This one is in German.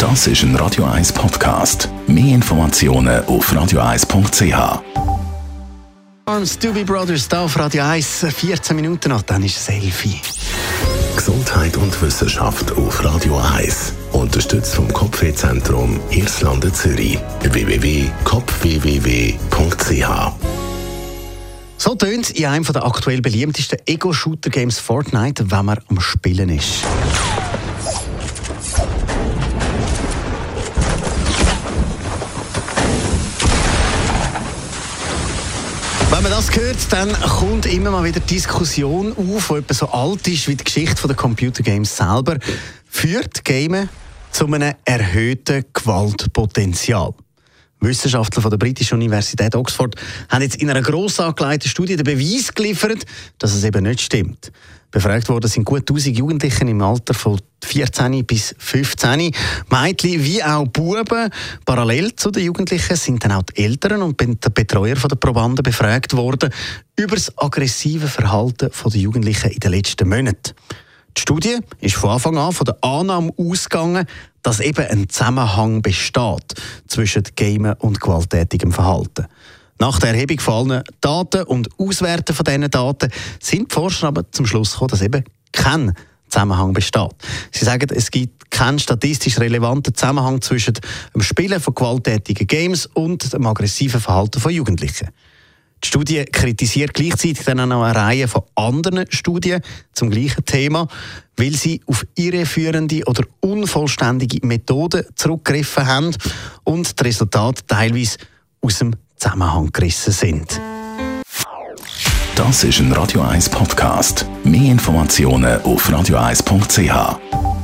Das ist ein Radio 1 Podcast. Mehr Informationen auf radio1.ch. Arms Doobie Brothers da auf Radio 1, 14 Minuten noch, dann ist es 11 Uhr. Gesundheit und Wissenschaft auf Radio 1. Unterstützt vom Kopfwehzentrum Irlande Zürich. www.kopfwww.ch. So tönt es in einem der aktuell beliebtesten Ego-Shooter-Games Fortnite, wenn man am Spielen ist. Wenn man das hört, dann kommt immer mal wieder Diskussion auf, die etwa so alt ist wie die Geschichte der Computergames selber. Führt Gamen zu einem erhöhten Gewaltpotenzial? Wissenschaftler von der britischen Universität Oxford haben jetzt in einer gross angelegten Studie den Beweis geliefert, dass es eben nicht stimmt. Befragt worden sind gut 1000 Jugendliche im Alter von 14 bis 15. Mädchen wie auch Buben. Parallel zu den Jugendlichen sind dann auch die Eltern und die Betreuer der Probanden befragt worden über das aggressive Verhalten der Jugendlichen in den letzten Monaten. Die Studie ist von Anfang an von der Annahme ausgegangen, dass eben ein Zusammenhang besteht zwischen Gamen und gewalttätigem Verhalten. Nach der Erhebung von allen Daten und Auswerten von diesen Daten sind die Forscher aber zum Schluss gekommen, dass eben kein Zusammenhang besteht. Sie sagen, es gibt keinen statistisch relevanten Zusammenhang zwischen dem Spielen von gewalttätigen Games und dem aggressiven Verhalten von Jugendlichen. Die Studie kritisiert gleichzeitig dann auch noch eine Reihe von anderen Studien zum gleichen Thema, weil sie auf irreführende oder unvollständige Methoden zurückgegriffen haben und die Resultate teilweise aus dem Zusammenhang gerissen sind. Das ist ein Radio 1 Podcast. Mehr Informationen auf radio1.ch.